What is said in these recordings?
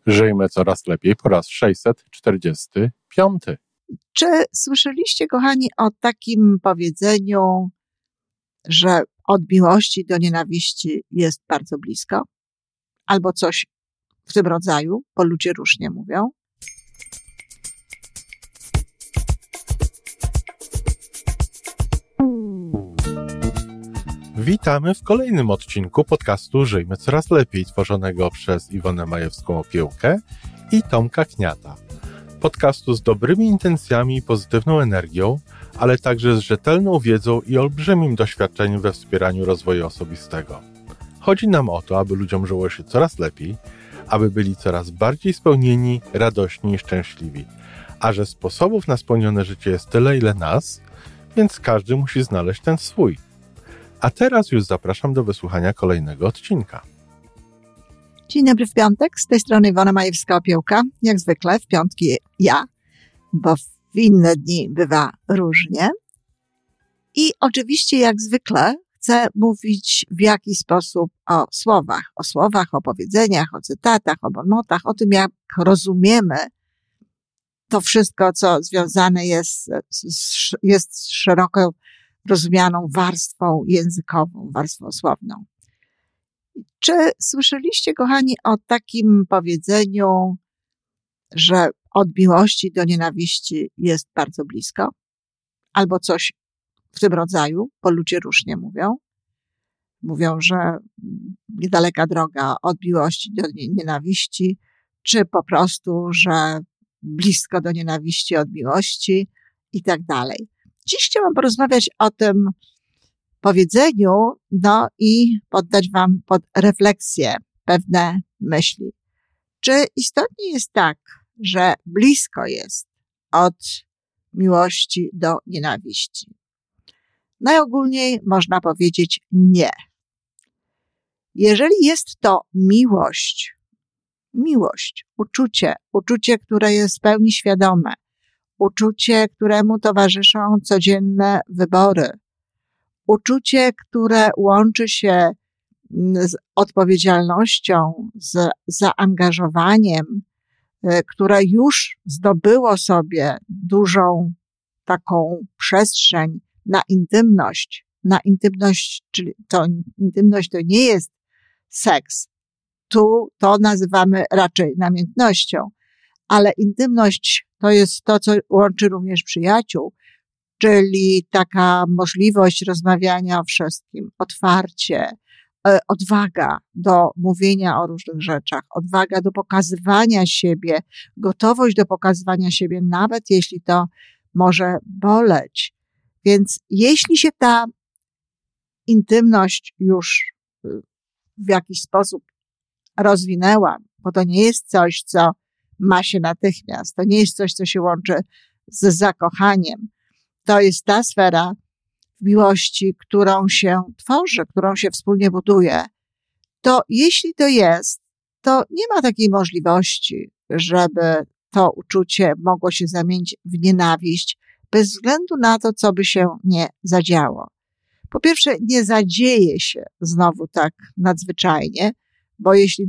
Żyjmy coraz lepiej po raz 645. Czy słyszeliście, kochani, o takim powiedzeniu, że od miłości do nienawiści jest bardzo blisko? Albo coś w tym rodzaju, bo ludzie różnie mówią. Witamy w kolejnym odcinku podcastu Żyjmy Coraz Lepiej, tworzonego przez Iwonę Majewską-Opiełkę i Tomka Kniata. Podcastu z dobrymi intencjami i pozytywną energią, ale także z rzetelną wiedzą i olbrzymim doświadczeniem we wspieraniu rozwoju osobistego. Chodzi nam o to, aby ludziom żyło się coraz lepiej, aby byli coraz bardziej spełnieni, radośni i szczęśliwi. A że sposobów na spełnione życie jest tyle, ile nas, więc każdy musi znaleźć ten swój. A teraz już zapraszam do wysłuchania kolejnego odcinka. Dzień dobry w piątek, z tej strony Iwona Majewska-Opiełka. Jak zwykle w piątki ja, bo w inne dni bywa różnie. I oczywiście jak zwykle chcę mówić w jakiś sposób o słowach, o powiedzeniach, o cytatach, o bonmotach, o tym jak rozumiemy to wszystko, co związane jest z szeroko rozumianą warstwą językową, warstwą słowną. Czy słyszeliście, kochani, o takim powiedzeniu, że od miłości do nienawiści jest bardzo blisko? Albo coś w tym rodzaju, bo ludzie różnie mówią. Mówią, że niedaleka droga od miłości do nienawiści, czy po prostu, że blisko do nienawiści od miłości i tak dalej. Dziś chciałam porozmawiać o tym powiedzeniu, i poddać wam pod refleksję pewne myśli. Czy istotnie jest tak, że blisko jest od miłości do nienawiści? Najogólniej można powiedzieć nie. Jeżeli jest to miłość, uczucie, które jest w pełni świadome, uczucie, któremu towarzyszą codzienne wybory, uczucie, które łączy się z odpowiedzialnością, z zaangażowaniem, które już zdobyło sobie dużą taką przestrzeń na intymność. Czyli intymność to nie jest seks. Tu to nazywamy raczej namiętnością, ale intymność to jest to, co łączy również przyjaciół, czyli taka możliwość rozmawiania o wszystkim, otwarcie, odwaga do mówienia o różnych rzeczach, odwaga do pokazywania siebie, gotowość do pokazywania siebie, nawet jeśli to może boleć. Więc jeśli się ta intymność już w jakiś sposób rozwinęła, bo to nie jest coś, co ma się natychmiast, to nie jest coś, co się łączy z zakochaniem. To jest ta sfera miłości, którą się tworzy, którą się wspólnie buduje. To jeśli to jest, to nie ma takiej możliwości, żeby to uczucie mogło się zamienić w nienawiść, bez względu na to, co by się nie zadziało. Po pierwsze, nie zadzieje się znowu tak nadzwyczajnie, bo jeżeli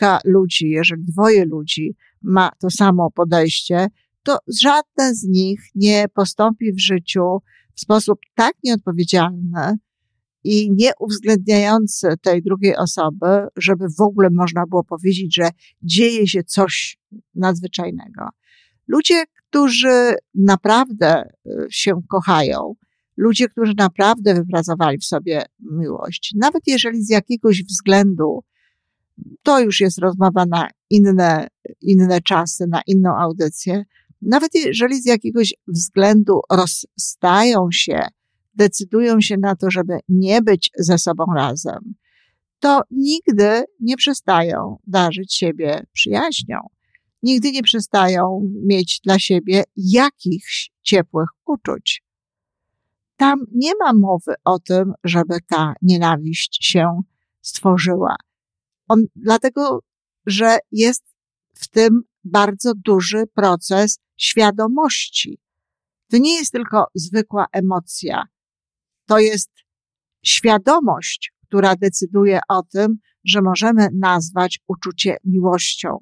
dwoje ludzi ma to samo podejście, to żadne z nich nie postąpi w życiu w sposób tak nieodpowiedzialny i nie uwzględniający tej drugiej osoby, żeby w ogóle można było powiedzieć, że dzieje się coś nadzwyczajnego. Ludzie, którzy naprawdę się kochają, ludzie, którzy naprawdę wypracowali w sobie miłość, nawet jeżeli z jakiegoś względu, to już jest rozmowa na inne czasy, na inną audycję, nawet jeżeli z jakiegoś względu rozstają się, decydują się na to, żeby nie być ze sobą razem, to nigdy nie przestają darzyć siebie przyjaźnią. Nigdy nie przestają mieć dla siebie jakichś ciepłych uczuć. Tam nie ma mowy o tym, żeby ta nienawiść się stworzyła. Dlatego, że jest w tym bardzo duży proces świadomości. To nie jest tylko zwykła emocja. To jest świadomość, która decyduje o tym, że możemy nazwać uczucie miłością.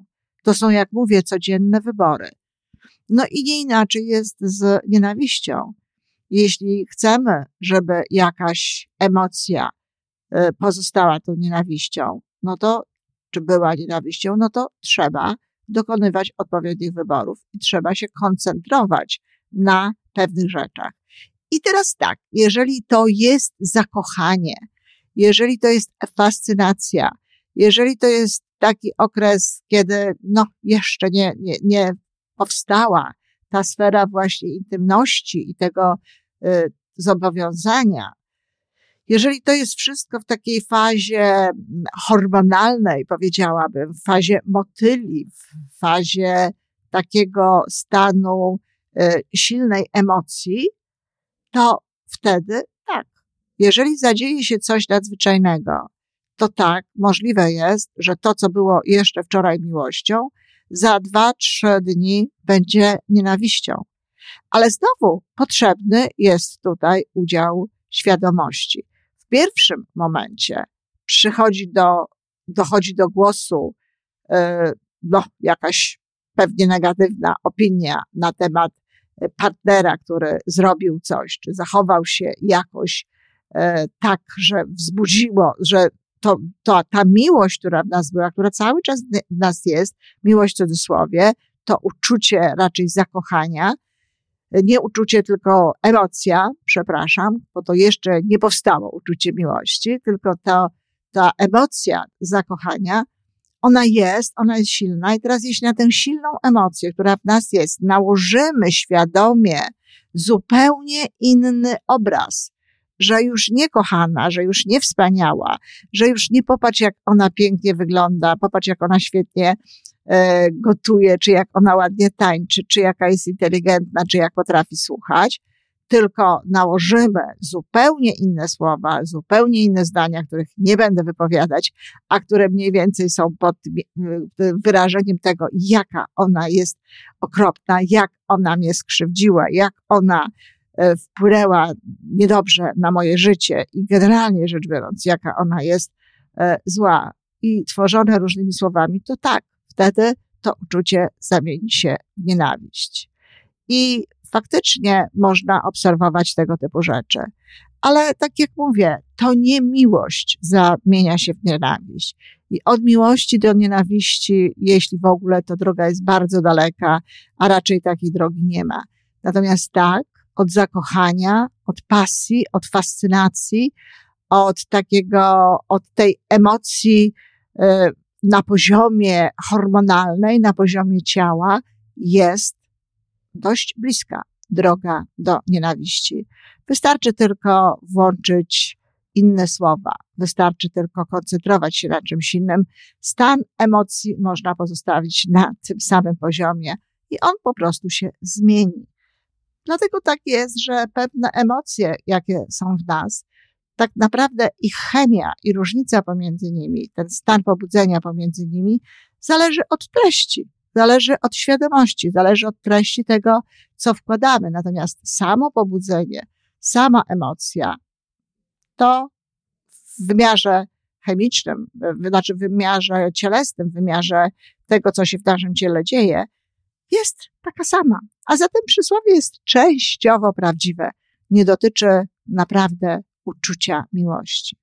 To są, jak mówię, codzienne wybory. No i nie inaczej jest z nienawiścią. Jeśli chcemy, żeby jakaś emocja pozostała tą nienawiścią, no to, czy była nienawiścią, no to trzeba dokonywać odpowiednich wyborów i trzeba się koncentrować na pewnych rzeczach. I teraz tak, jeżeli to jest zakochanie, jeżeli to jest fascynacja, jeżeli to jest taki okres, kiedy jeszcze nie powstała ta sfera właśnie intymności i tego zobowiązania, jeżeli to jest wszystko w takiej fazie hormonalnej, powiedziałabym, w fazie motyli, w fazie takiego stanu silnej emocji, to wtedy tak. Jeżeli zadzieje się coś nadzwyczajnego, to tak, możliwe jest, że to, co było jeszcze wczoraj miłością, za 2-3 dni będzie nienawiścią. Ale znowu potrzebny jest tutaj udział świadomości. W pierwszym momencie dochodzi do głosu jakaś pewnie negatywna opinia na temat partnera, który zrobił coś, czy zachował się jakoś tak, że wzbudziło, że ta miłość, która w nas była, która cały czas w nas jest, miłość w cudzysłowie, to uczucie raczej zakochania, nie uczucie, tylko emocja, przepraszam, bo to jeszcze nie powstało uczucie miłości, tylko ta emocja zakochania, ona jest silna i teraz jeśli na tę silną emocję, która w nas jest, nałożymy świadomie zupełnie inny obraz, że już nie kochana, że już nie wspaniała, że już nie popatrz jak ona pięknie wygląda, popatrz jak ona świetnie gotuje, czy jak ona ładnie tańczy, czy jaka jest inteligentna, czy jak potrafi słuchać, tylko nałożymy zupełnie inne słowa, zupełnie inne zdania, których nie będę wypowiadać, a które mniej więcej są pod wyrażeniem tego, jaka ona jest okropna, jak ona mnie skrzywdziła, jak ona wpłynęła niedobrze na moje życie i generalnie rzecz biorąc, jaka ona jest zła i tworzone różnymi słowami, to tak, wtedy to uczucie zamieni się w nienawiść. I faktycznie można obserwować tego typu rzeczy. Ale tak jak mówię, to nie miłość zamienia się w nienawiść. I od miłości do nienawiści, jeśli w ogóle, to droga jest bardzo daleka, a raczej takiej drogi nie ma. Natomiast tak, od zakochania, od pasji, od fascynacji, od tej emocji na poziomie hormonalnej, na poziomie ciała jest dość bliska droga do nienawiści. Wystarczy tylko włączyć inne słowa, wystarczy tylko koncentrować się na czymś innym. Stan emocji można pozostawić na tym samym poziomie i on po prostu się zmieni. Dlatego tak jest, że pewne emocje, jakie są w nas, tak naprawdę ich chemia i różnica pomiędzy nimi, ten stan pobudzenia pomiędzy nimi, zależy od treści, zależy od świadomości, zależy od treści tego, co wkładamy. Natomiast samo pobudzenie, sama emocja, to w wymiarze chemicznym, znaczy w wymiarze cielesnym, w wymiarze tego, co się w naszym ciele dzieje, jest taka sama. A zatem przysłowie jest częściowo prawdziwe. Nie dotyczy naprawdę uczucia miłości.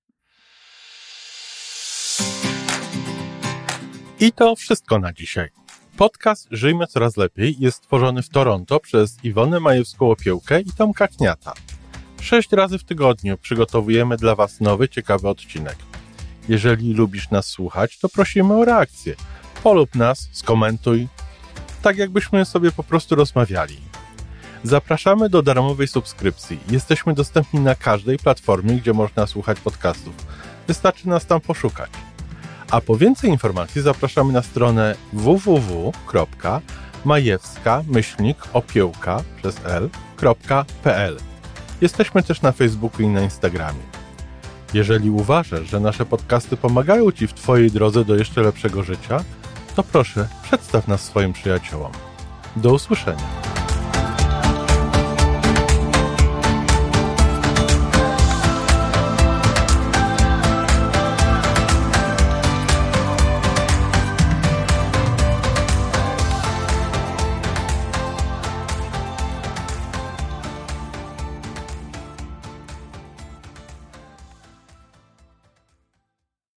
I to wszystko na dzisiaj. Podcast Żyjmy Coraz Lepiej jest stworzony w Toronto przez Iwonę Majewską-Opiełkę i Tomka Kniata. 6 razy w tygodniu przygotowujemy dla Was nowy, ciekawy odcinek. Jeżeli lubisz nas słuchać, to prosimy o reakcję. Polub nas, skomentuj, tak jakbyśmy sobie po prostu rozmawiali. Zapraszamy do darmowej subskrypcji. Jesteśmy dostępni na każdej platformie, gdzie można słuchać podcastów. Wystarczy nas tam poszukać. A po więcej informacji zapraszamy na stronę www.majewska-opiełka.pl. Jesteśmy też na Facebooku i na Instagramie. Jeżeli uważasz, że nasze podcasty pomagają Ci w Twojej drodze do jeszcze lepszego życia, to proszę, przedstaw nas swoim przyjaciołom. Do usłyszenia.